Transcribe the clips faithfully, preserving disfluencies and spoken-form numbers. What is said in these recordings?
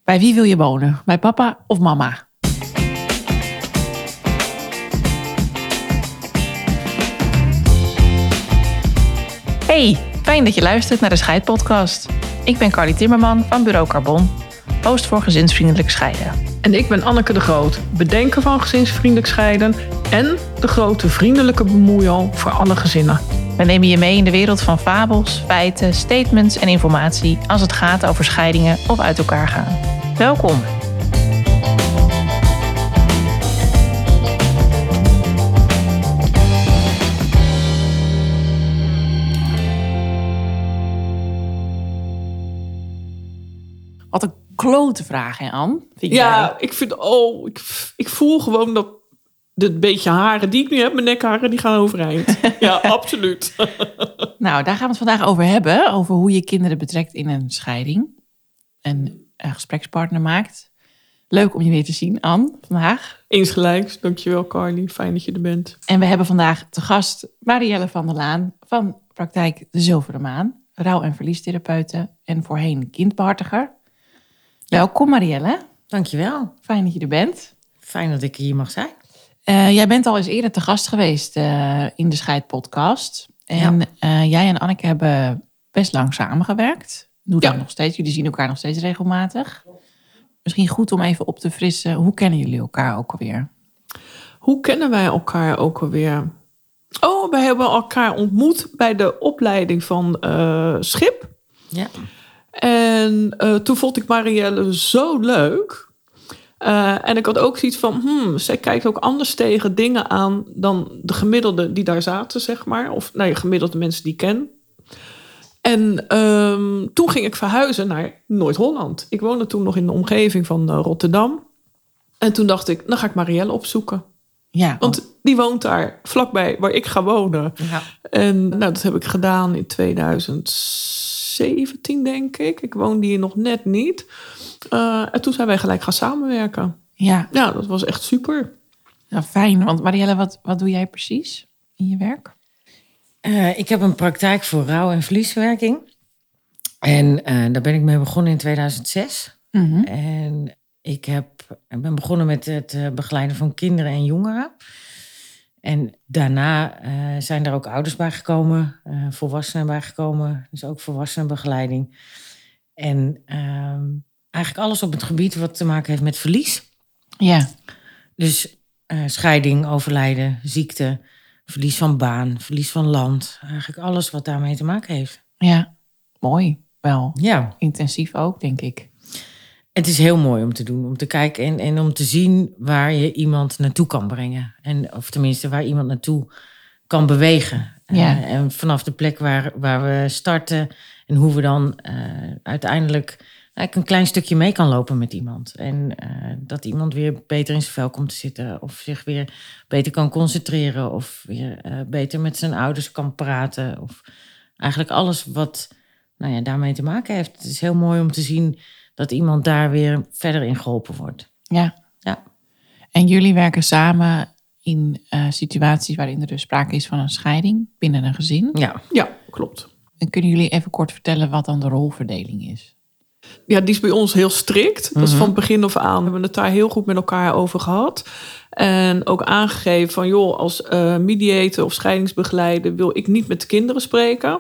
Bij wie wil je wonen? Bij papa of mama? Hey, fijn dat je luistert naar de Scheidpodcast. Ik ben Carly Timmerman van Bureau Carbon, host voor Gezinsvriendelijk Scheiden. En ik ben Anneke de Groot, bedenker van Gezinsvriendelijk Scheiden en de grote vriendelijke bemoeial voor alle gezinnen. We nemen je mee in de wereld van fabels, feiten, statements en informatie als het gaat over scheidingen of uit elkaar gaan. Welkom! Wat een klote vraag, hè, Anne? Vind Ja, jij? ik vind, oh, ik, ik voel gewoon dat de beetje haren die ik nu heb, mijn nekharen, die gaan overeind. Ja, absoluut. Nou, daar gaan we het vandaag over hebben. Over hoe je kinderen betrekt in een scheiding. En een gesprekspartner maakt. Leuk om je weer te zien, Anne, vandaag. Eens gelijks, dankjewel Carly, fijn dat je er bent. En we hebben vandaag te gast Marielle van der Laan van praktijk De Zilveren Maan. Rouw- en verliestherapeute en voorheen kindbehartiger. Welkom Marielle, Dankjewel. fijn dat je er bent. Fijn dat ik hier mag zijn. Uh, jij bent al eens eerder te gast geweest uh, in de Scheidpodcast. En Ja. uh, jij en Anneke hebben best lang samengewerkt. Doe dat Ja. nog steeds. Jullie zien elkaar nog steeds regelmatig. Misschien goed om even op te frissen. Hoe kennen jullie elkaar ook alweer? Hoe kennen wij elkaar ook alweer? Oh, wij hebben elkaar ontmoet bij de opleiding van uh, Schip. Ja. En uh, toen vond ik Marielle zo leuk. Uh, en ik had ook zoiets van, hmm, zij kijkt ook anders tegen dingen aan dan de gemiddelde die daar zaten, zeg maar. Of nou ja, gemiddelde mensen die ik ken. En um, toen ging ik verhuizen naar Noord-Holland. Ik woonde toen nog in de omgeving van uh, Rotterdam. En toen dacht ik, dan ga ik Marielle opzoeken. Ja, Want die woont daar vlakbij waar ik ga wonen. Ja. En nou, dat heb ik gedaan in tweeduizend zeventien, denk ik. Ik woonde hier nog net niet. Uh, en toen zijn wij gelijk gaan samenwerken. ja. Ja, dat was echt super. Ja, fijn. Want Marielle, wat, wat doe jij precies in je werk? Uh, ik heb een praktijk voor rouw- en verliesverwerking. En uh, daar ben ik mee begonnen in tweeduizend zes. Mm-hmm. En ik, heb, ik ben begonnen met het uh, begeleiden van kinderen en jongeren. En daarna uh, zijn er ook ouders bijgekomen, uh, volwassenen bijgekomen. Dus ook volwassenenbegeleiding. En uh, eigenlijk alles op het gebied wat te maken heeft met verlies. Ja. Dus uh, scheiding, overlijden, ziekte, verlies van baan, verlies van land. Eigenlijk alles wat daarmee te maken heeft. Ja, mooi. Wel Ja. intensief ook, denk ik. Het is heel mooi om te doen, om te kijken en, en om te zien waar je iemand naartoe kan brengen. En, of tenminste waar iemand naartoe kan bewegen. Ja. Uh, en vanaf de plek waar, waar we starten en hoe we dan uh, uiteindelijk eigenlijk een klein stukje mee kan lopen met iemand. En uh, dat iemand weer beter in zijn vel komt te zitten. Of zich weer beter kan concentreren. Of weer uh, beter met zijn ouders kan praten. Of eigenlijk alles wat nou ja, daarmee te maken heeft. Het is heel mooi om te zien dat iemand daar weer verder in geholpen wordt. Ja. Ja. En jullie werken samen in uh, situaties waarin er dus sprake is van een scheiding binnen een gezin. Ja. Ja, klopt. En kunnen jullie even kort vertellen wat dan de rolverdeling is? Ja, die is bij ons heel strikt. Dat Mm-hmm. is van begin af aan. We hebben het daar heel goed met elkaar over gehad. En ook aangegeven van, joh, als uh, mediator of scheidingsbegeleider wil ik niet met de kinderen spreken.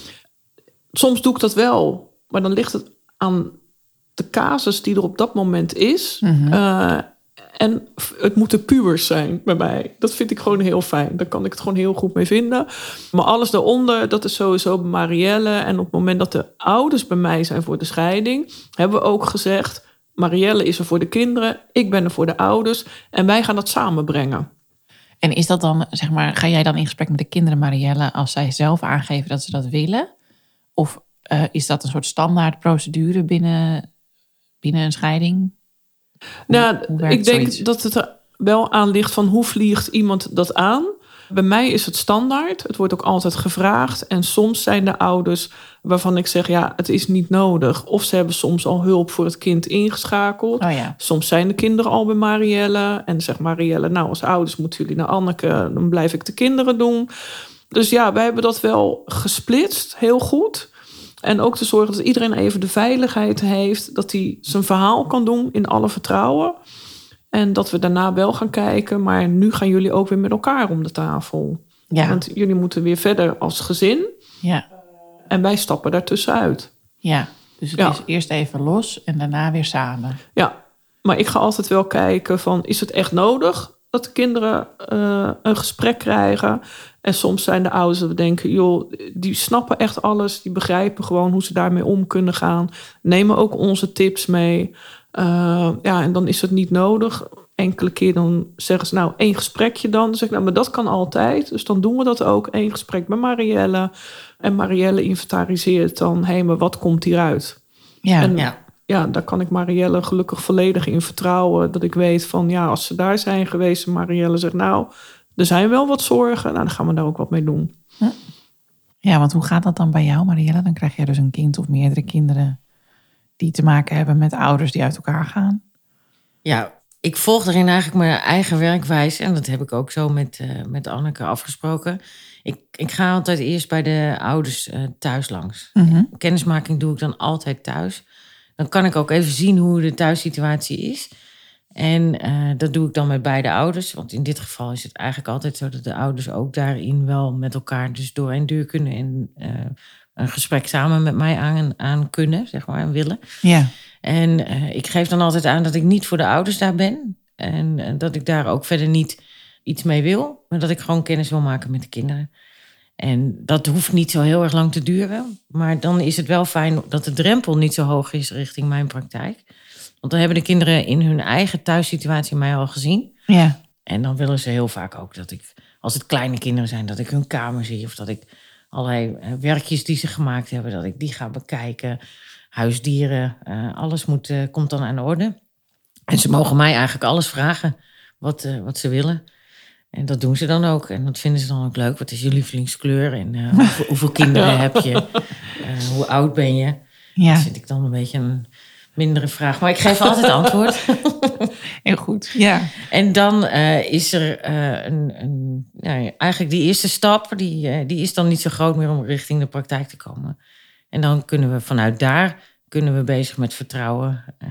Soms doe ik dat wel, maar dan ligt het aan de casus die er op dat moment is. Mm-hmm. Uh, en het moeten pubers zijn bij mij. Dat vind ik gewoon heel fijn. Daar kan ik het gewoon heel goed mee vinden. Maar alles daaronder, dat is sowieso bij Marielle. En op het moment dat de ouders bij mij zijn voor de scheiding, hebben we ook gezegd, Marielle is er voor de kinderen, ik ben er voor de ouders. En wij gaan dat samenbrengen. En is dat dan, zeg maar, ga jij dan in gesprek met de kinderen, Marielle, als zij zelf aangeven dat ze dat willen? Of uh, is dat een soort standaard procedure binnen, binnen een scheiding? Hoe, nou, hoe ik denk zoiets? dat het er wel aan ligt van hoe vliegt iemand dat aan. Bij mij is het standaard. Het wordt ook altijd gevraagd. En soms zijn de ouders waarvan ik zeg, ja, het is niet nodig. Of ze hebben soms al hulp voor het kind ingeschakeld. Oh ja. Soms zijn de kinderen al bij Marielle. En zegt Marielle, nou, als ouders moeten jullie naar Anneke, dan blijf ik de kinderen doen. Dus ja, wij hebben dat wel gesplitst, heel goed. En ook te zorgen dat iedereen even de veiligheid heeft. Dat hij zijn verhaal kan doen in alle vertrouwen. En dat we daarna wel gaan kijken. Maar nu gaan jullie ook weer met elkaar om de tafel. Ja. Want jullie moeten weer verder als gezin. Ja. En wij stappen daartussenuit. Ja. Dus het Ja. is eerst even los en daarna weer samen. Ja, maar ik ga altijd wel kijken van... is het echt nodig dat de kinderen uh, een gesprek krijgen? En soms zijn de ouders dat we denken... joh, die snappen echt alles. Die begrijpen gewoon hoe ze daarmee om kunnen gaan. Nemen ook onze tips mee. Uh, ja, en dan is het niet nodig. Enkele keer dan zeggen ze... nou, één gesprekje dan. Dan zeg ik, nou, maar dat kan altijd. Dus dan doen we dat ook. Eén gesprek met Marielle. En Marielle inventariseert dan... hé, hey, maar wat komt hieruit? Ja. En, Ja. ja, daar kan ik Marielle gelukkig volledig in vertrouwen. Dat ik weet van, ja, als ze daar zijn geweest... en Marielle zegt, nou, er zijn wel wat zorgen... nou, dan gaan we daar ook wat mee doen. Ja, want hoe gaat dat dan bij jou, Marielle? Dan krijg je dus een kind of meerdere kinderen... die te maken hebben met ouders die uit elkaar gaan. Ja, ik volg erin eigenlijk mijn eigen werkwijze. En dat heb ik ook zo met, uh, met Anneke afgesproken. Ik, ik ga altijd eerst bij de ouders uh, thuis langs. Mm-hmm. Kennismaking doe ik dan altijd thuis. Dan kan ik ook even zien hoe de thuissituatie is. En uh, dat doe ik dan met beide ouders. Want in dit geval is het eigenlijk altijd zo... dat de ouders ook daarin wel met elkaar dus door een deur kunnen... en uh, een gesprek samen met mij aan, aan kunnen, zeg maar, en willen. Ja. En uh, ik geef dan altijd aan dat ik niet voor de ouders daar ben. En uh, dat ik daar ook verder niet iets mee wil. Maar dat ik gewoon kennis wil maken met de kinderen. En dat hoeft niet zo heel erg lang te duren. Maar dan is het wel fijn dat de drempel niet zo hoog is richting mijn praktijk. Want dan hebben de kinderen in hun eigen thuissituatie mij al gezien. Ja. En dan willen ze heel vaak ook dat ik, als het kleine kinderen zijn... dat ik hun kamer zie of dat ik allerlei uh, werkjes die ze gemaakt hebben... dat ik die ga bekijken... huisdieren, uh, alles moet, uh, komt dan aan de orde. En ze mogen mij eigenlijk alles vragen wat, uh, wat ze willen. En dat doen ze dan ook. En dat vinden ze dan ook leuk. Wat is je lievelingskleur? En uh, hoeveel, hoeveel kinderen heb je? Uh, hoe oud ben je? Ja. Dat vind ik dan een beetje een mindere vraag. Maar ik geef altijd antwoord. Heel goed. Ja. En dan uh, is er uh, een... een nou, eigenlijk die eerste stap... Die, uh, die is dan niet zo groot meer om richting de praktijk te komen. En dan kunnen we vanuit daar kunnen we bezig met vertrouwen uh,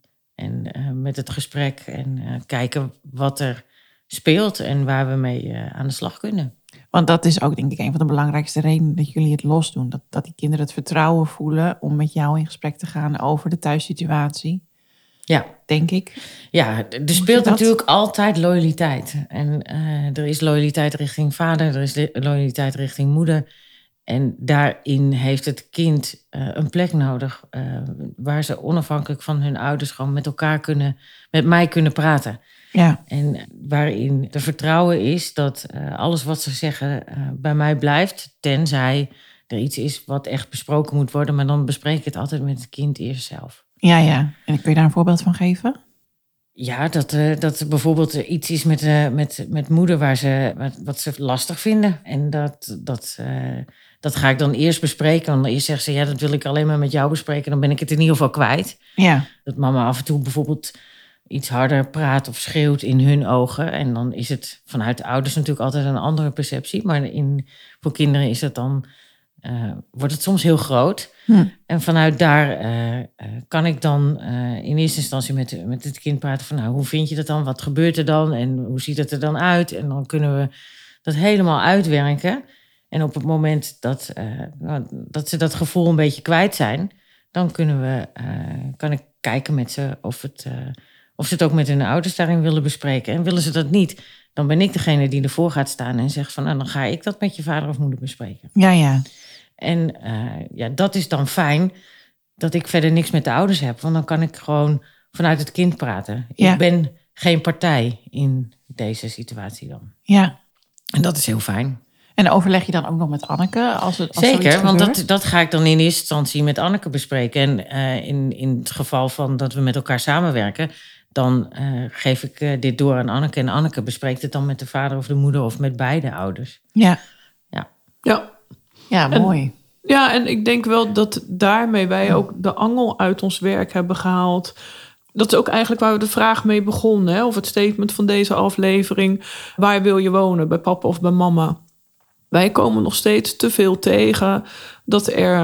en uh, met het gesprek en uh, kijken wat er speelt en waar we mee uh, aan de slag kunnen. Want dat is ook denk ik een van de belangrijkste redenen dat jullie het los doen. Dat, dat die kinderen het vertrouwen voelen om met jou in gesprek te gaan over de thuissituatie. Ja, denk ik. Ja, er speelt natuurlijk altijd loyaliteit. En uh, er is loyaliteit richting vader, er is loyaliteit richting moeder. En daarin heeft het kind uh, een plek nodig uh, waar ze onafhankelijk van hun ouders gewoon met elkaar kunnen, met mij kunnen praten. Ja. En waarin er vertrouwen is dat uh, alles wat ze zeggen uh, bij mij blijft, tenzij er iets is wat echt besproken moet worden. Maar dan bespreek ik het altijd met het kind eerst zelf. Ja, ja. En kun je daar een voorbeeld van geven? Ja, dat, uh, dat er bijvoorbeeld iets is met, uh, met, met moeder waar ze, wat, wat ze lastig vinden. En dat, dat, uh, dat ga ik dan eerst bespreken. Want eerst zegt ze, ja, dat wil ik alleen maar met jou bespreken. Dan ben ik het in ieder geval kwijt. Ja. Dat mama af en toe bijvoorbeeld iets harder praat of schreeuwt in hun ogen. En dan is het vanuit de ouders natuurlijk altijd een andere perceptie. Maar in, voor kinderen is het dan, uh, wordt het soms heel groot. Hm. En vanuit daar uh, uh, kan ik dan uh, in eerste instantie met, met het kind praten van, nou, hoe vind je dat dan? Wat gebeurt er dan? En hoe ziet het er dan uit? En dan kunnen we dat helemaal uitwerken. En op het moment dat, uh, dat ze dat gevoel een beetje kwijt zijn, dan kunnen we, uh, kan ik kijken met ze of, het, uh, of ze het ook met hun ouders daarin willen bespreken. En willen ze dat niet, dan ben ik degene die ervoor gaat staan en zegt van, nou, dan ga ik dat met je vader of moeder bespreken. Ja, ja. En uh, ja, dat is dan fijn dat ik verder niks met de ouders heb. Want dan kan ik gewoon vanuit het kind praten. Ja. Ik ben geen partij in deze situatie dan. Ja. En dat is heel fijn. En overleg je dan ook nog met Anneke? Als het, als Zeker, want gebeurt? dat, dat ga ik dan in eerste instantie met Anneke bespreken. En uh, in, in het geval van dat we met elkaar samenwerken, dan uh, geef ik uh, dit door aan Anneke. En Anneke bespreekt het dan met de vader of de moeder of met beide ouders. Ja. Ja. Ja. Ja, En, mooi. ja, en ik denk wel dat daarmee wij ook de angel uit ons werk hebben gehaald. Dat is ook eigenlijk waar we de vraag mee begonnen. Hè? Of het statement van deze aflevering. Waar wil je wonen? Bij papa of bij mama? Wij komen nog steeds te veel tegen dat er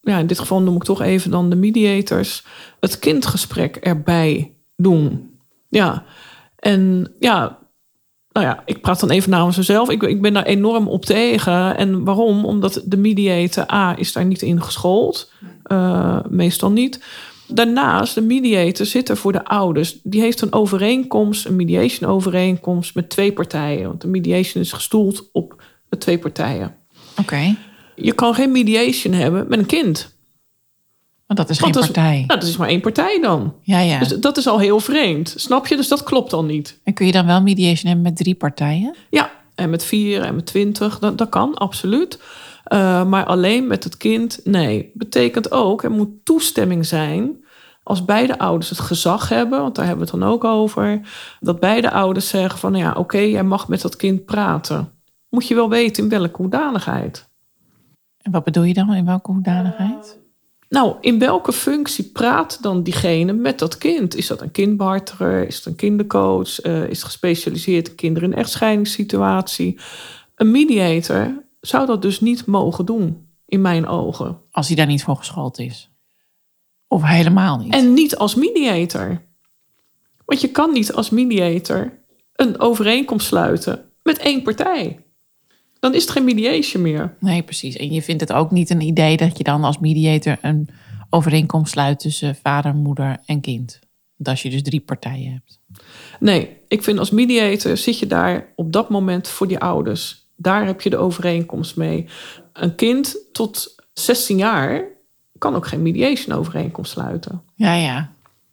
ja, in dit geval noem ik toch even dan de mediators, het kindgesprek erbij doen. Ja, en ja, nou ja, ik praat dan even namens mezelf. Ik, ik ben daar enorm op tegen. En waarom? Omdat de mediator, A, is daar niet in geschoold. Uh, meestal niet. Daarnaast, de mediator zit er voor de ouders. Die heeft een overeenkomst, een mediation overeenkomst met twee partijen. Want de mediation is gestoeld op de twee partijen. Oké. Okay. Je kan geen mediation hebben met een kind. Want dat is Want geen dat partij. Is, nou, dat is maar één partij dan. Ja, ja. Dus dat is al heel vreemd. Snap je? Dus dat klopt al niet. En kun je dan wel mediation hebben met drie partijen? Ja, en met vier en met twintig. Dat, dat kan, absoluut. Uh, maar alleen met het kind, nee. Betekent ook, er moet toestemming zijn als beide ouders het gezag hebben, want daar hebben we het dan ook over, dat beide ouders zeggen van, ja, oké, okay, jij mag met dat kind praten. Moet je wel weten in welke hoedanigheid. En wat bedoel je dan, in welke hoedanigheid? Nou, in welke functie praat dan diegene met dat kind? Is dat een kindbehartiger? Is het een kindercoach? Uh, is het gespecialiseerd in kinderen in echtscheidingssituatie? Een mediator zou dat dus niet mogen doen, in mijn ogen. Als hij daar niet voor geschoold is? Of helemaal niet? En niet als mediator. Want je kan niet als mediator een overeenkomst sluiten met één partij. Dan is het geen mediation meer. Nee, precies. En je vindt het ook niet een idee dat je dan als mediator een overeenkomst sluit tussen vader, moeder en kind. Want als je dus drie partijen hebt. Nee, ik vind als mediator zit je daar op dat moment voor die ouders. Daar heb je de overeenkomst mee. Een kind tot zestien jaar kan ook geen mediation overeenkomst sluiten. Ja, ja.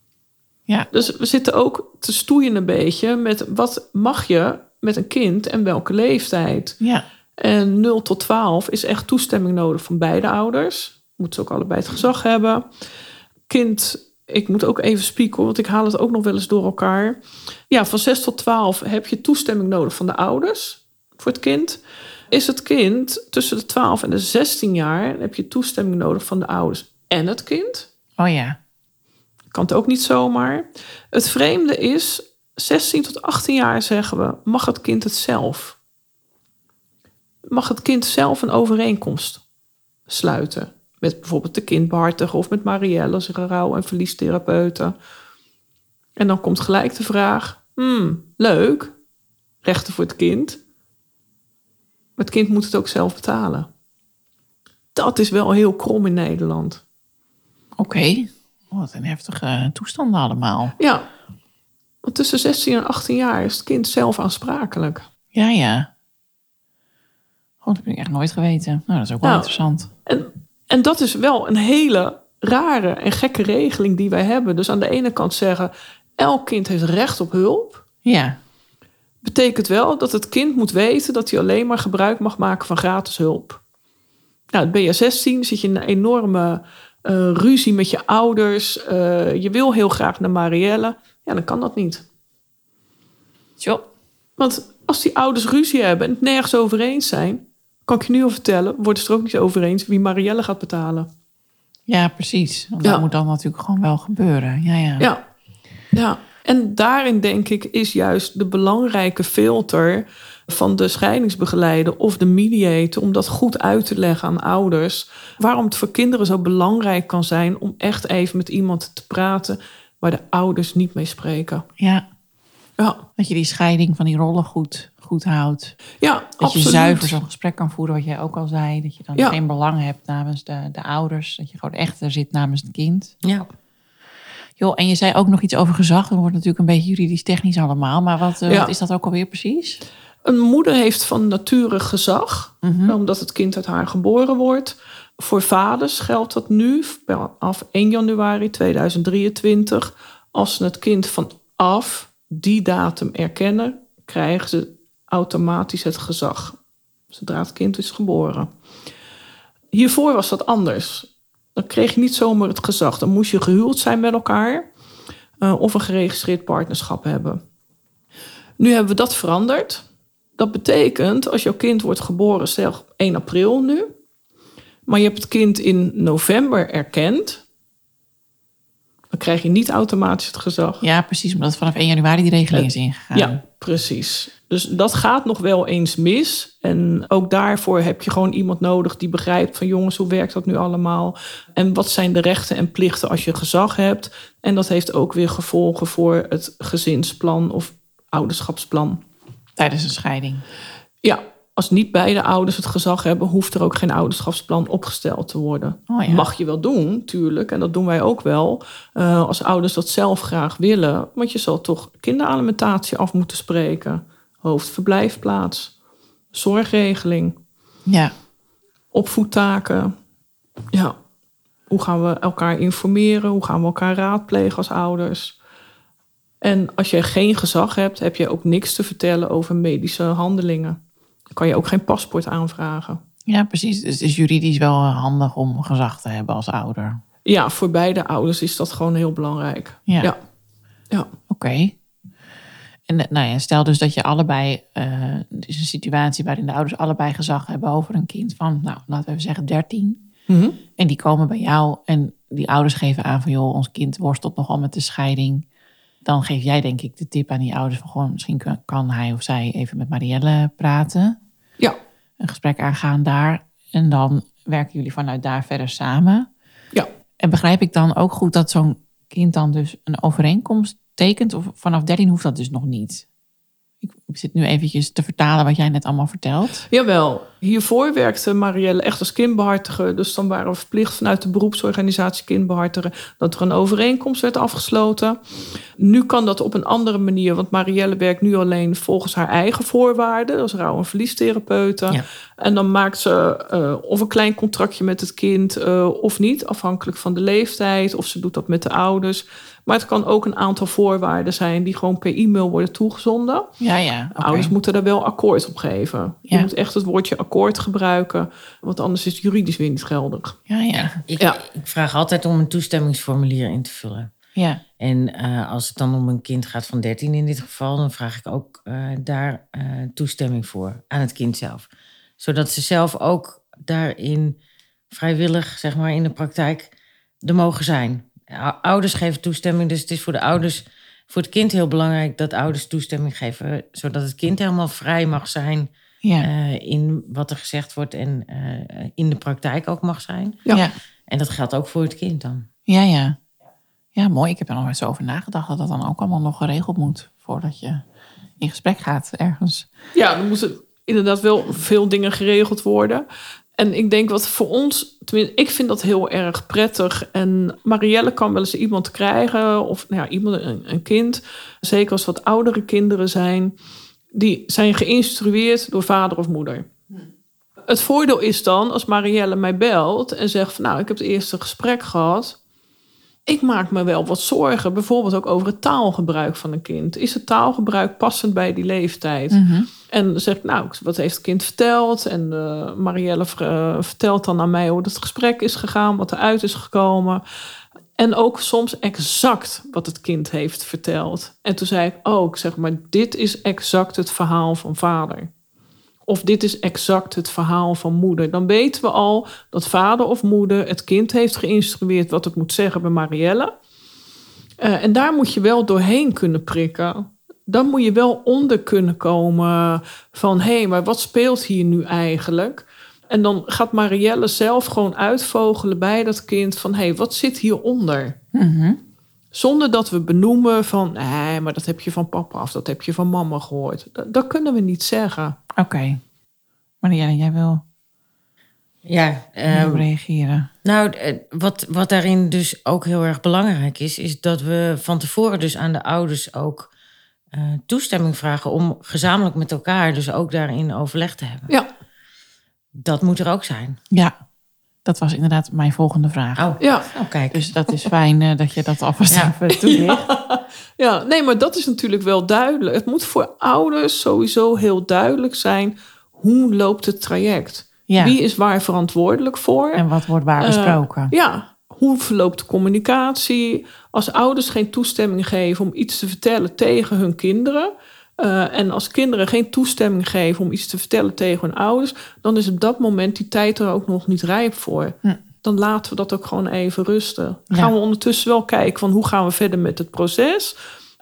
Ja. Dus we zitten ook te stoeien een beetje met wat mag je met een kind en welke leeftijd. Ja. En nul tot twaalf is echt toestemming nodig van beide ouders. Moeten ze ook allebei het gezag hebben. Kind, ik moet ook even spieken, want ik haal het ook nog wel eens door elkaar. Ja, van zes tot twaalf heb je toestemming nodig van de ouders voor het kind. Is het kind tussen de twaalf en de zestien jaar, heb je toestemming nodig van de ouders en het kind. Oh ja. Kan het ook niet zomaar. Het vreemde is, zestien tot achttien jaar zeggen we, mag het kind het zelf? Mag het kind zelf een overeenkomst sluiten? Met bijvoorbeeld de kindbehartiger of met Marielle als rouw- en verliestherapeuten. En dan komt gelijk de vraag, hmm, leuk, rechten voor het kind. Maar het kind moet het ook zelf betalen. Dat is wel heel krom in Nederland. Oké. Okay. Wat een heftige toestanden allemaal. Ja, want tussen zestien en achttien jaar is het kind zelf aansprakelijk. Ja, ja. Oh, dat heb ik echt nooit geweten. Nou, dat is ook wel nou, interessant. En, en dat is wel een hele rare en gekke regeling die wij hebben. Dus aan de ene kant zeggen, elk kind heeft recht op hulp. Ja. Betekent wel dat het kind moet weten dat hij alleen maar gebruik mag maken van gratis hulp. Nou, ben je zestien, zit je in een enorme uh, ruzie met je ouders. Uh, je wil heel graag naar Marielle. Ja, dan kan dat niet. Tjo. Want als die ouders ruzie hebben en het nergens over eens zijn, kan ik je nu al vertellen, worden ze er ook niet over eens wie Marielle gaat betalen. Ja, precies. Want ja. dat moet dan natuurlijk gewoon wel gebeuren. Ja, ja. Ja. Ja. En daarin denk ik is juist de belangrijke filter van de scheidingsbegeleider of de mediator om dat goed uit te leggen aan ouders. Waarom het voor kinderen zo belangrijk kan zijn om echt even met iemand te praten waar de ouders niet mee spreken. Ja. Ja. Dat je die scheiding van die rollen goed, goed houdt. Ja, dat absoluut. je zuiver zo'n gesprek kan voeren, wat jij ook al zei. Dat je dan ja. geen belang hebt namens de, de ouders. Dat je gewoon echt er zit namens het kind. Ja. Joh, en je zei ook nog iets over gezag. Dat wordt natuurlijk een beetje juridisch technisch allemaal. Maar wat, uh, ja. wat is dat ook alweer precies? Een moeder heeft van nature gezag. Mm-hmm. Omdat het kind uit haar geboren wordt. Voor vaders geldt dat nu vanaf één januari tweeduizend drieëntwintig. Als ze het kind vanaf die datum erkennen, krijgen ze automatisch het gezag. Zodra het kind is geboren. Hiervoor was dat anders. Dan kreeg je niet zomaar het gezag. Dan moest je gehuwd zijn met elkaar. Uh, of een geregistreerd partnerschap hebben. Nu hebben we dat veranderd. Dat betekent, als jouw kind wordt geboren, stel één april nu. Maar je hebt het kind in november erkend. Dan krijg je niet automatisch het gezag. Ja, precies. Omdat vanaf één januari die regeling is ingegaan. Ja, Precies. Dus dat gaat nog wel eens mis. En ook daarvoor heb je gewoon iemand nodig die begrijpt van jongens, hoe werkt dat nu allemaal? En wat zijn de rechten en plichten als je gezag hebt? En dat heeft ook weer gevolgen voor het gezinsplan of ouderschapsplan. Tijdens een scheiding. Ja, als niet beide ouders het gezag hebben, hoeft er ook geen ouderschapsplan opgesteld te worden. Oh ja. Mag je wel doen, tuurlijk. En dat doen wij ook wel. Uh, als ouders dat zelf graag willen. Want je zal toch kinderalimentatie af moeten spreken. Hoofdverblijfplaats. Zorgregeling. Ja. Opvoedtaken. Ja. Hoe gaan we elkaar informeren? Hoe gaan we elkaar raadplegen als ouders? En als je geen gezag hebt, heb je ook niks te vertellen over medische handelingen. Dan kan je ook geen paspoort aanvragen. Ja, precies. Dus het is juridisch wel handig om gezag te hebben als ouder. Ja, voor beide ouders is dat gewoon heel belangrijk. Ja. ja. ja. Oké. Okay. En nou ja, stel dus dat je allebei... Uh, het is een situatie waarin de ouders allebei gezag hebben over een kind van, nou, laten we even zeggen dertien. Mm-hmm. En die komen bij jou en die ouders geven aan van, joh, ons kind worstelt nogal met de scheiding. Dan geef jij denk ik de tip aan die ouders van, gewoon misschien kan, kan hij of zij even met Marielle praten. Ja. Een gesprek aangaan daar. En dan werken jullie vanuit daar verder samen. Ja. En begrijp ik dan ook goed dat zo'n kind dan dus een overeenkomst tekent? Of vanaf dertien hoeft dat dus nog niet? Ik zit nu eventjes te vertalen wat jij net allemaal vertelt. Jawel. Hiervoor werkte Marielle echt als kindbehartiger. Dus dan waren we verplicht vanuit de beroepsorganisatie kindbehartigen dat er een overeenkomst werd afgesloten. Nu kan dat op een andere manier. Want Marielle werkt nu alleen volgens haar eigen voorwaarden. Dat is rouw- en verliestherapeuten. Ja. En dan maakt ze uh, of een klein contractje met het kind uh, of niet. Afhankelijk van de leeftijd. Of ze doet dat met de ouders. Maar het kan ook een aantal voorwaarden zijn die gewoon per e-mail worden toegezonden. Ja, ja. Okay. Ouders moeten daar wel akkoord op geven. Je Ja. moet echt het woordje akkoord gebruiken, want anders is het juridisch weer niet geldig. Ja, ja. Ik, Ja. ik vraag altijd om een toestemmingsformulier in te vullen. Ja, En uh, als het dan om een kind gaat van dertien in dit geval, dan vraag ik ook uh, daar uh, toestemming voor aan het kind zelf. Zodat ze zelf ook daarin vrijwillig, zeg maar in de praktijk, er mogen zijn. Ouders geven toestemming, dus het is voor de ouders, voor het kind heel belangrijk dat ouders toestemming geven, zodat het kind helemaal vrij mag zijn ja. uh, in wat er gezegd wordt en uh, in de praktijk ook mag zijn. Ja. Ja. En dat geldt ook voor het kind dan. Ja, ja. Ja, mooi. Ik heb er nog eens over nagedacht dat dat dan ook allemaal nog geregeld moet voordat je in gesprek gaat ergens. Ja, er moeten inderdaad wel veel dingen geregeld worden. En ik denk wat voor ons, tenminste, ik vind dat heel erg prettig. En Marielle kan wel eens iemand krijgen, of nou ja, iemand, een, een kind, zeker als wat oudere kinderen zijn, die zijn geïnstrueerd door vader of moeder. Het voordeel is dan, als Marielle mij belt en zegt van, nou, ik heb het eerste gesprek gehad. Ik maak me wel wat zorgen, bijvoorbeeld ook over het taalgebruik van een kind. Is het taalgebruik passend bij die leeftijd? Mm-hmm. En dan zeg ik, nou, wat heeft het kind verteld? En uh, Marielle uh, vertelt dan aan mij hoe het gesprek is gegaan, wat eruit is gekomen. En ook soms exact wat het kind heeft verteld. En toen zei ik ook, zeg maar, dit is exact het verhaal van vader. Of dit is exact het verhaal van moeder. Dan weten we al dat vader of moeder het kind heeft geïnstrueerd wat het moet zeggen bij Marielle. Uh, en daar moet je wel doorheen kunnen prikken. Dan moet je wel onder kunnen komen van, hé, hey, maar wat speelt hier nu eigenlijk? En dan gaat Marielle zelf gewoon uitvogelen bij dat kind van, hé, hey, wat zit hieronder? Mm-hmm. Zonder dat we benoemen van, nee, maar dat heb je van papa of dat heb je van mama gehoord. Dat, dat kunnen we niet zeggen. Oké. Okay. Marielle, jij wil ja, um, reageren? Nou, wat, wat daarin dus ook heel erg belangrijk is, is dat we van tevoren dus aan de ouders ook uh, toestemming vragen om gezamenlijk met elkaar dus ook daarin overleg te hebben. Ja. Dat moet er ook zijn. Ja, dat was inderdaad mijn volgende vraag. Oh, ja. Oh, kijk. Dus dat is fijn uh, dat je dat alvast ja. even toelicht. Ja. ja, nee, maar dat is natuurlijk wel duidelijk. Het moet voor ouders sowieso heel duidelijk zijn, hoe loopt het traject? Ja. Wie is waar verantwoordelijk voor? En wat wordt waar besproken? Uh, ja, hoe verloopt de communicatie? Als ouders geen toestemming geven om iets te vertellen tegen hun kinderen, Uh, en als kinderen geen toestemming geven om iets te vertellen tegen hun ouders, dan is op dat moment die tijd er ook nog niet rijp voor. Hm. Dan laten we dat ook gewoon even rusten. Dan gaan ja. we ondertussen wel kijken van hoe gaan we verder met het proces.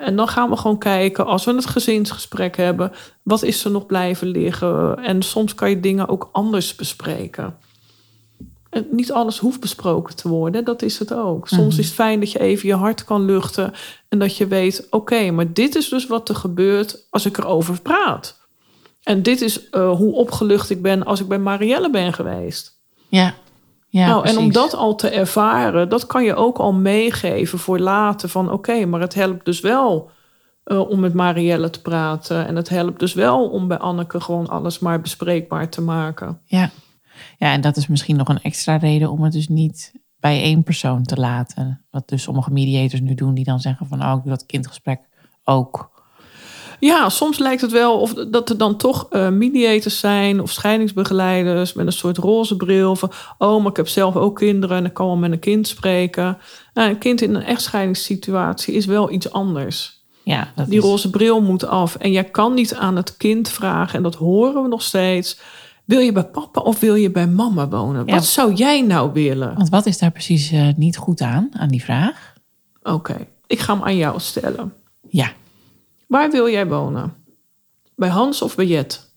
En dan gaan we gewoon kijken, als we het gezinsgesprek hebben, wat is er nog blijven liggen? En soms kan je dingen ook anders bespreken. En niet alles hoeft besproken te worden, dat is het ook. Soms Mm-hmm. is het fijn dat je even je hart kan luchten en dat je weet, oké, okay, maar dit is dus wat er gebeurt als ik erover praat. En dit is uh, hoe opgelucht ik ben als ik bij Marielle ben geweest. Ja, ja nou, en om precies. dat al te ervaren, dat kan je ook al meegeven voor later. Van oké, okay, maar het helpt dus wel uh, om met Marielle te praten. En het helpt dus wel om bij Anneke gewoon alles maar bespreekbaar te maken. Ja. Ja, en dat is misschien nog een extra reden om het dus niet bij één persoon te laten. Wat dus sommige mediators nu doen, die dan zeggen van, oh, ik doe dat kindgesprek ook. Ja, soms lijkt het wel of dat er dan toch uh, mediators zijn of scheidingsbegeleiders met een soort roze bril van, oh, maar ik heb zelf ook kinderen en ik kan wel met een kind spreken. Nou, een kind in een echtscheidingssituatie is wel iets anders. Ja, dat Die is... roze bril moet af. En jij kan niet aan het kind vragen, en dat horen we nog steeds, wil je bij papa of wil je bij mama wonen? Ja. Wat zou jij nou willen? Want wat is daar precies uh, niet goed aan, aan die vraag? Oké, okay, ik ga hem aan jou stellen. Ja. Waar wil jij wonen? Bij Hans of bij Jet?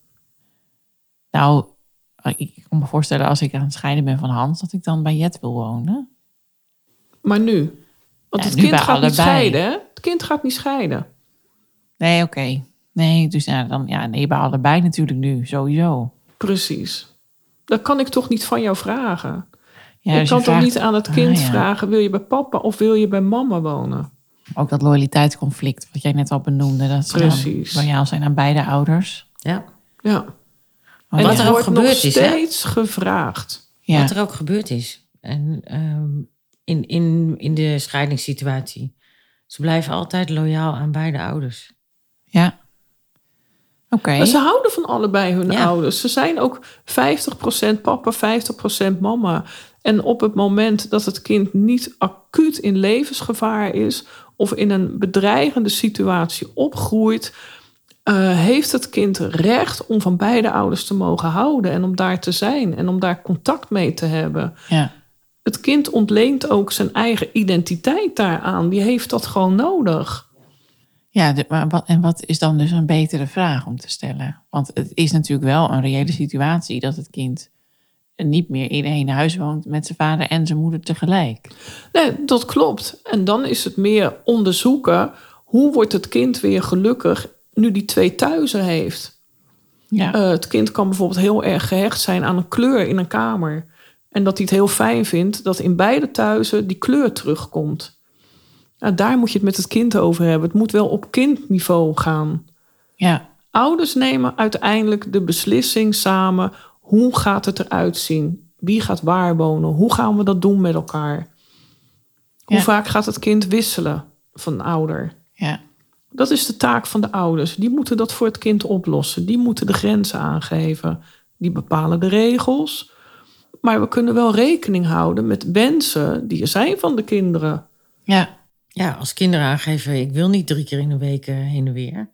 Nou, ik kan me voorstellen als ik aan het scheiden ben van Hans, dat ik dan bij Jet wil wonen. Maar nu? Want Ja, het nu kind bij gaat allebei. niet scheiden, hè? Het kind gaat niet scheiden. Nee, oké. Okay. Nee, dus ja, dan, ja, nee, bij allebei natuurlijk nu, sowieso. Precies. Dat kan ik toch niet van jou vragen? Ja, ik dus kan je toch vraagt... niet aan het kind ah, ja. vragen, wil je bij papa of wil je bij mama wonen? Ook dat loyaliteitsconflict, wat jij net al benoemde. Dat ze Precies. loyaal zijn aan beide ouders. Ja. Ja. Oh, En wat het er ook wordt gebeurd nog is, hè? steeds gevraagd. Ja. Wat er ook gebeurd is. En um, in, in, in de scheidingssituatie. Ze blijven altijd loyaal aan beide ouders. Ja. Oké. Okay. Ze houden van allebei hun ja. ouders. Ze zijn ook vijftig procent papa, vijftig procent mama. En op het moment dat het kind niet acuut in levensgevaar is of in een bedreigende situatie opgroeit, uh, heeft het kind recht om van beide ouders te mogen houden en om daar te zijn en om daar contact mee te hebben. Ja. Het kind ontleent ook zijn eigen identiteit daaraan. Die heeft dat gewoon nodig. Ja, de, maar wat, en wat is dan dus een betere vraag om te stellen? Want het is natuurlijk wel een reële situatie dat het kind niet meer in één huis woont met zijn vader en zijn moeder tegelijk. Nee, dat klopt. En dan is het meer onderzoeken, hoe wordt het kind weer gelukkig nu die twee thuizen heeft? Ja. Uh, het kind kan bijvoorbeeld heel erg gehecht zijn aan een kleur in een kamer. En dat hij het heel fijn vindt dat in beide thuizen die kleur terugkomt. Nou, daar moet je het met het kind over hebben. Het moet wel op kindniveau gaan. Ja. Ouders nemen uiteindelijk de beslissing samen. Hoe gaat het eruit zien? Wie gaat waar wonen? Hoe gaan we dat doen met elkaar? Hoe Ja. vaak gaat het kind wisselen van ouder? Ja. Dat is de taak van de ouders. Die moeten dat voor het kind oplossen. Die moeten de grenzen aangeven. Die bepalen de regels. Maar we kunnen wel rekening houden met wensen die er zijn van de kinderen. Ja. Ja, als kinderen aangeven, ik wil niet drie keer in de week uh, heen en weer.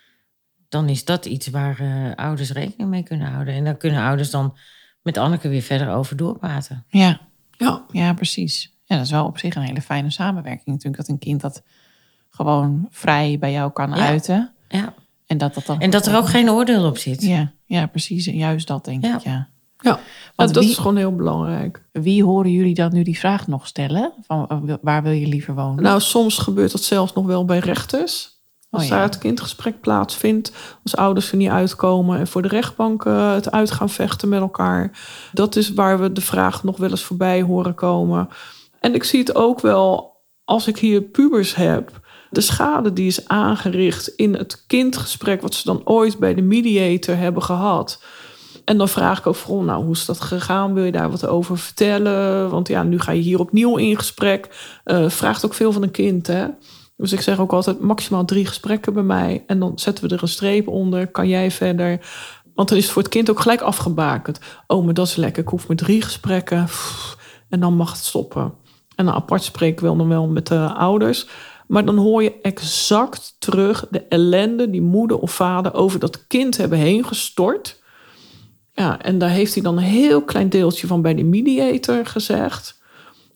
Dan is dat iets waar uh, ouders rekening mee kunnen houden. En dan kunnen ouders dan met Anneke weer verder over doorpraten. Ja. Ja. Ja, precies. Ja, dat is wel op zich een hele fijne samenwerking natuurlijk. Dat een kind dat gewoon vrij bij jou kan ja. uiten. Ja. En dat, dat, dan en dat er ook geen oordeel op zit. Ja, ja precies. Juist dat denk ja. ik, ja. Ja, Want dat wie, is gewoon heel belangrijk. Wie horen jullie dan nu die vraag nog stellen? Van waar wil je liever wonen? Nou, soms gebeurt dat zelfs nog wel bij rechters. Als oh, ja. daar het kindgesprek plaatsvindt. Als ouders er niet uitkomen en voor de rechtbank uh, het uit gaan vechten met elkaar. Dat is waar we de vraag nog wel eens voorbij horen komen. En ik zie het ook wel als ik hier pubers heb. De schade die is aangericht in het kindgesprek wat ze dan ooit bij de mediator hebben gehad. En dan vraag ik ook vooral, nou, hoe is dat gegaan? Wil je daar wat over vertellen? Want ja, nu ga je hier opnieuw in gesprek. Uh, vraagt ook veel van een kind, hè? Dus ik zeg ook altijd maximaal drie gesprekken bij mij. En dan zetten we er een streep onder. Kan jij verder? Want dan is het voor het kind ook gelijk afgebakend. Oh, maar dat is lekker. Ik hoef maar drie gesprekken. En dan mag het stoppen. En dan apart spreken we dan wel met de ouders. Maar dan hoor je exact terug de ellende die moeder of vader over dat kind hebben heen gestort. Ja, en daar heeft hij dan een heel klein deeltje van bij de mediator gezegd.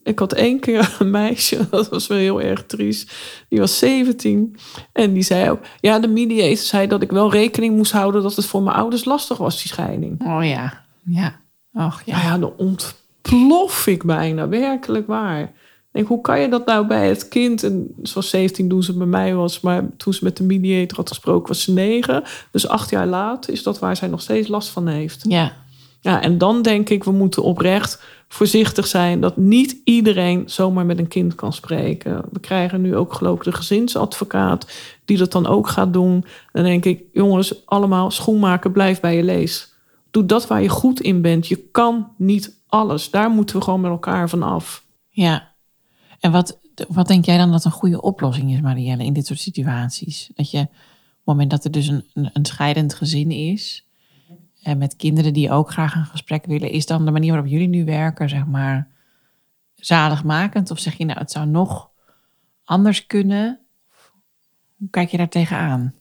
Ik had één keer een meisje, dat was wel heel erg triest. Die was zeventien. En die zei ook, ja, de mediator zei dat ik wel rekening moest houden dat het voor mijn ouders lastig was, die scheiding. Oh ja, ja. Och, ja. Nou ja, dan ontplof ik bijna, werkelijk waar. Ik denk, hoe kan je dat nou bij het kind? En ze was zeventien toen ze bij mij was, maar toen ze met de mediator had gesproken was ze negen. Dus acht jaar later is dat waar zij nog steeds last van heeft. Ja. Ja, en dan denk ik, we moeten oprecht voorzichtig zijn dat niet iedereen zomaar met een kind kan spreken. We krijgen nu ook geloof ik de gezinsadvocaat die dat dan ook gaat doen. Dan denk ik, jongens, allemaal schoenmaker, blijf bij je lees. Doe dat waar je goed in bent. Je kan niet alles. Daar moeten we gewoon met elkaar van af. Ja. En wat, wat denk jij dan dat een goede oplossing is, Marielle, in dit soort situaties? Dat je op het moment dat er dus een, een, een scheidend gezin is, en met kinderen die ook graag een gesprek willen, is dan de manier waarop jullie nu werken, zeg maar, zaligmakend? Of zeg je, nou, het zou nog anders kunnen? Hoe kijk je daar tegenaan?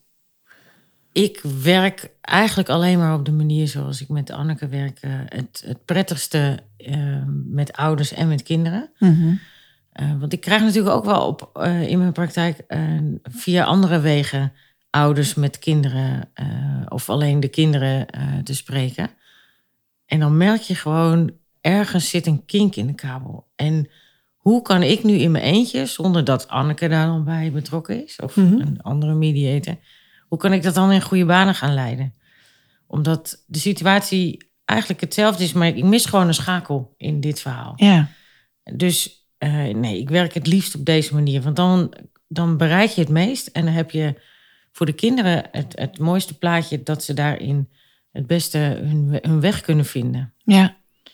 Ik werk eigenlijk alleen maar op de manier zoals ik met Anneke werk. Uh, het, het prettigste uh, met ouders en met kinderen. Mm-hmm. Uh, want ik krijg natuurlijk ook wel op uh, in mijn praktijk uh, via andere wegen ouders met kinderen uh, of alleen de kinderen uh, te spreken. En dan merk je gewoon, ergens zit een kink in de kabel. En hoe kan ik nu in mijn eentje, zonder dat Anneke daar dan bij betrokken is, of mm-hmm. een andere mediator, hoe kan ik dat dan in goede banen gaan leiden? Omdat de situatie eigenlijk hetzelfde is, maar ik mis gewoon een schakel in dit verhaal. Ja. Dus uh, nee, ik werk het liefst op deze manier. Want dan, dan bereik je het meest en dan heb je voor de kinderen het, het mooiste plaatje dat ze daarin het beste hun, hun weg kunnen vinden. Ja.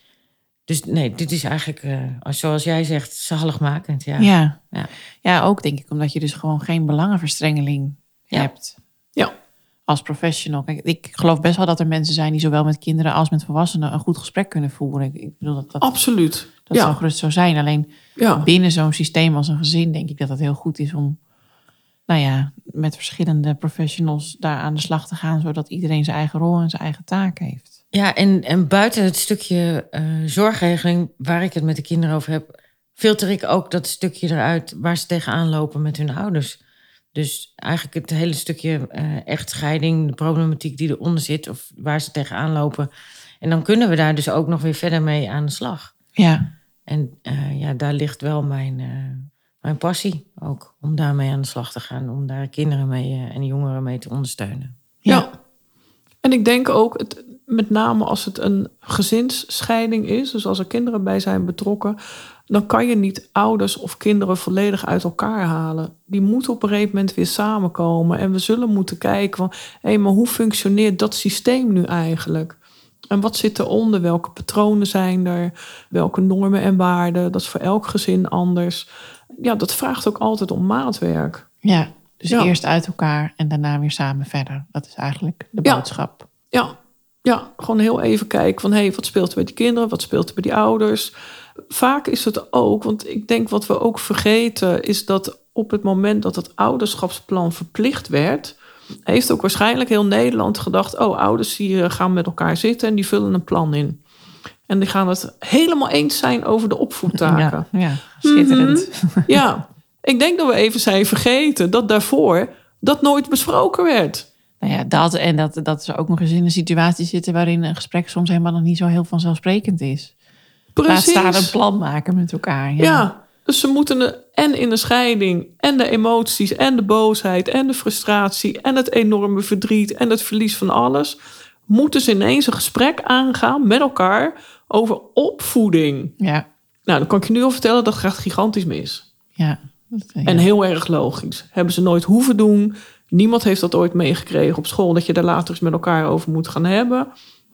Dus nee, dit is eigenlijk, uh, zoals jij zegt, zaligmakend. Ja. Ja. Ja. Ja, ook denk ik omdat je dus gewoon geen belangenverstrengeling Ja. hebt. Ja. Als professional. Kijk, ik geloof best wel dat er mensen zijn die zowel met kinderen als met volwassenen een goed gesprek kunnen voeren. Ik, ik bedoel dat dat, Absoluut. dat ja. zou gerust zo zijn. Alleen Ja. binnen zo'n systeem als een gezin denk ik dat het heel goed is om, nou ja, met verschillende professionals daar aan de slag te gaan, zodat iedereen zijn eigen rol en zijn eigen taak heeft. Ja, en, en buiten het stukje uh, zorgregeling waar ik het met de kinderen over heb, filter ik ook dat stukje eruit waar ze tegenaan lopen met hun ouders. Dus eigenlijk het hele stukje uh, echtscheiding, de problematiek die eronder zit, of waar ze tegenaan lopen. En dan kunnen we daar dus ook nog weer verder mee aan de slag. Ja. En uh, ja, daar ligt wel mijn, uh, mijn passie ook, om daarmee aan de slag te gaan. Om daar kinderen mee uh, en jongeren mee te ondersteunen. Ja. ja. En ik denk ook, het, met name als het een gezinsscheiding is, dus als er kinderen bij zijn betrokken, dan kan je niet ouders of kinderen volledig uit elkaar halen. Die moeten op een gegeven moment weer samenkomen. En we zullen moeten kijken van, hé, hey, maar hoe functioneert dat systeem nu eigenlijk? En wat zit eronder? Welke patronen zijn er? Welke normen en waarden? Dat is voor elk gezin anders. Ja, dat vraagt ook altijd om maatwerk. Ja, dus ja. eerst uit elkaar en daarna weer samen verder. Dat is eigenlijk de boodschap. Ja, ja. ja gewoon heel even kijken van, hé, hey, wat speelt er bij die kinderen? Wat speelt er bij die ouders? Vaak is het ook, want ik denk wat we ook vergeten, is dat op het moment dat het ouderschapsplan verplicht werd, heeft ook waarschijnlijk heel Nederland gedacht, oh, ouders die gaan met elkaar zitten en die vullen een plan in. En die gaan het helemaal eens zijn over de opvoedtaken. Ja, ja, schitterend. Mm-hmm. Ja, ik denk dat we even zijn vergeten dat daarvoor dat nooit besproken werd. Nou ja, dat en dat, dat ze ook nog eens in een situatie zitten waarin een gesprek soms helemaal nog niet zo heel vanzelfsprekend is. Precies. Laat staan een plan maken met elkaar. Ja, ja, dus ze moeten en in de scheiding en de emoties en de boosheid en de frustratie en het enorme verdriet en het verlies van alles, moeten ze ineens een gesprek aangaan met elkaar over opvoeding. Ja. Nou, dan kan ik je nu al vertellen, dat gaat gigantisch mis. Ja. Dat, ja. En heel erg logisch. Hebben ze nooit hoeven doen. Niemand heeft dat ooit meegekregen op school, dat je daar later eens met elkaar over moet gaan hebben.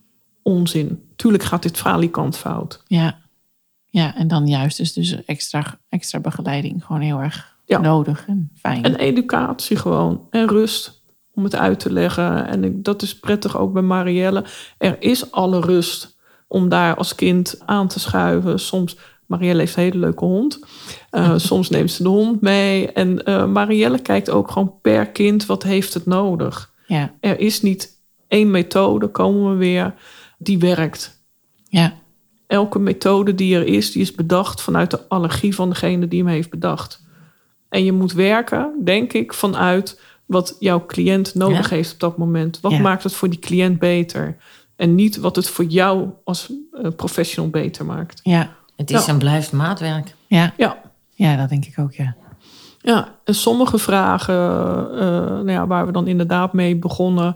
Onzin. Tuurlijk gaat dit falikant fout. Ja. Ja, en dan juist is dus extra, extra begeleiding gewoon heel erg ja. nodig en fijn. En educatie gewoon. En rust om het uit te leggen. En ik, dat is prettig ook bij Marielle. Er is alle rust om daar als kind aan te schuiven. Soms, Marielle heeft een hele leuke hond. Uh, soms neemt ze de hond mee. En uh, Marielle kijkt ook gewoon per kind, wat heeft het nodig? Ja. Er is niet één methode, komen we weer, die werkt. Ja. elke methode die er is, die is bedacht vanuit de allergie van degene die hem heeft bedacht. En je moet werken, denk ik, vanuit wat jouw cliënt nodig ja. heeft op dat moment. Wat ja. maakt het voor die cliënt beter? En niet wat het voor jou als uh, professional beter maakt. Ja. Het is ja. en blijft maatwerk. Ja. Ja. ja, dat denk ik ook, ja. Ja, en sommige vragen uh, nou ja, waar we dan inderdaad mee begonnen.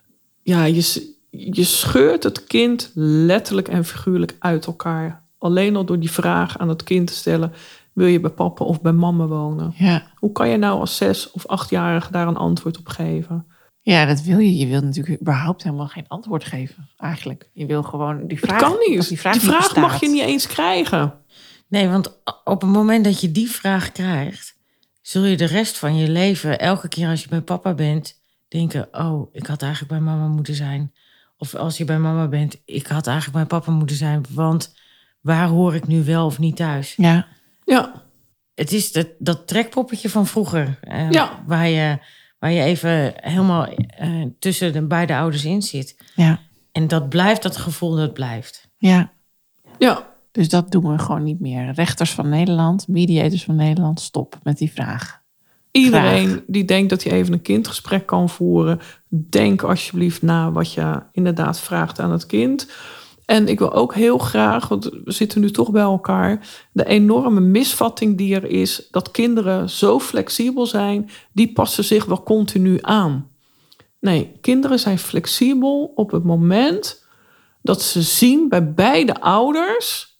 Ja, je, je scheurt het kind letterlijk en figuurlijk uit elkaar. Alleen al door die vraag aan het kind te stellen. Wil je bij papa of bij mama wonen? Ja. Hoe kan je nou als zes- of achtjarige daar een antwoord op geven? Ja, dat wil je. Je wil natuurlijk überhaupt helemaal geen antwoord geven, eigenlijk. Je wil gewoon die vraag... Het kan niet. Die vraag, die vraag niet mag je niet eens krijgen. Nee, want op het moment dat je die vraag krijgt... zul je de rest van je leven, elke keer als je bij papa bent... denken, oh, ik had eigenlijk bij mama moeten zijn. Of als je bij mama bent, ik had eigenlijk bij papa moeten zijn. Want waar hoor ik nu wel of niet thuis? Ja. Ja. Het is dat, dat trekpoppetje van vroeger. Eh, ja. Waar je, waar je even helemaal eh, tussen de beide ouders in zit. Ja. En dat blijft, dat gevoel, dat blijft. Ja. Ja. Dus dat doen we gewoon niet meer. Rechters van Nederland, mediators van Nederland, stop met die vraag. Iedereen vraag. die denkt dat hij even een kindgesprek kan voeren... denk alsjeblieft na wat je inderdaad vraagt aan het kind... En ik wil ook heel graag, want we zitten nu toch bij elkaar... de enorme misvatting die er is... dat kinderen zo flexibel zijn... die passen zich wel continu aan. Nee, kinderen zijn flexibel op het moment... dat ze zien bij beide ouders...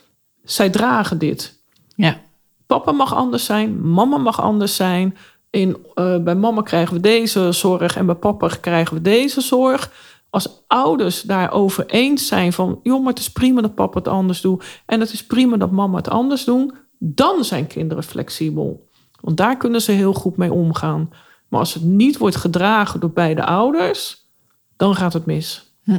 zij dragen dit. Ja. Papa mag anders zijn, mama mag anders zijn. In, uh, bij mama krijgen we deze zorg en bij papa krijgen we deze zorg... Als ouders daarover eens zijn van... joh, maar het is prima dat papa het anders doet... en het is prima dat mama het anders doet... dan zijn kinderen flexibel. Want daar kunnen ze heel goed mee omgaan. Maar als het niet wordt gedragen door beide ouders... dan gaat het mis. Hm. Nou,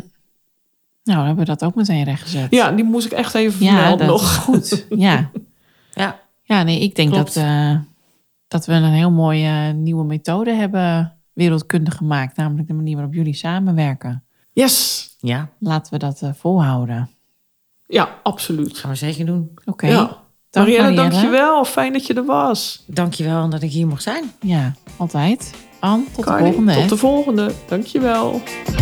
dan hebben we dat ook meteen rechtgezet. Ja, die moest ik echt even ja, vermelden dat nog. Is goed. Ja. ja. Ja, nee, ik denk dat, uh, dat we een heel mooie nieuwe methode hebben... wereldkundig gemaakt, namelijk de manier waarop jullie samenwerken. Yes. Ja. Laten we dat uh, volhouden. Ja, absoluut. Gaan we zeker doen. Oké. Okay. Ja. Dank, Marielle, Marielle, dankjewel. Fijn dat je er was. Dankjewel dat ik hier mocht zijn. Ja, altijd. Ann, tot Carly, de volgende. Tot hè? de volgende. Dankjewel.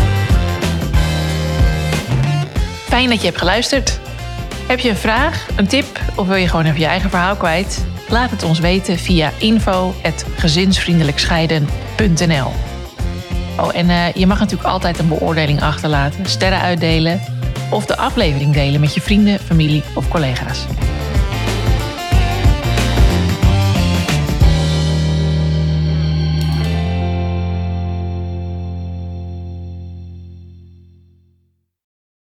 Fijn dat je hebt geluisterd. Heb je een vraag, een tip of wil je gewoon even je eigen verhaal kwijt? Laat het ons weten via info at gezinsvriendelijkscheiden punt n l. Oh, en uh, je mag natuurlijk altijd een beoordeling achterlaten, sterren uitdelen... of de aflevering delen met je vrienden, familie of collega's.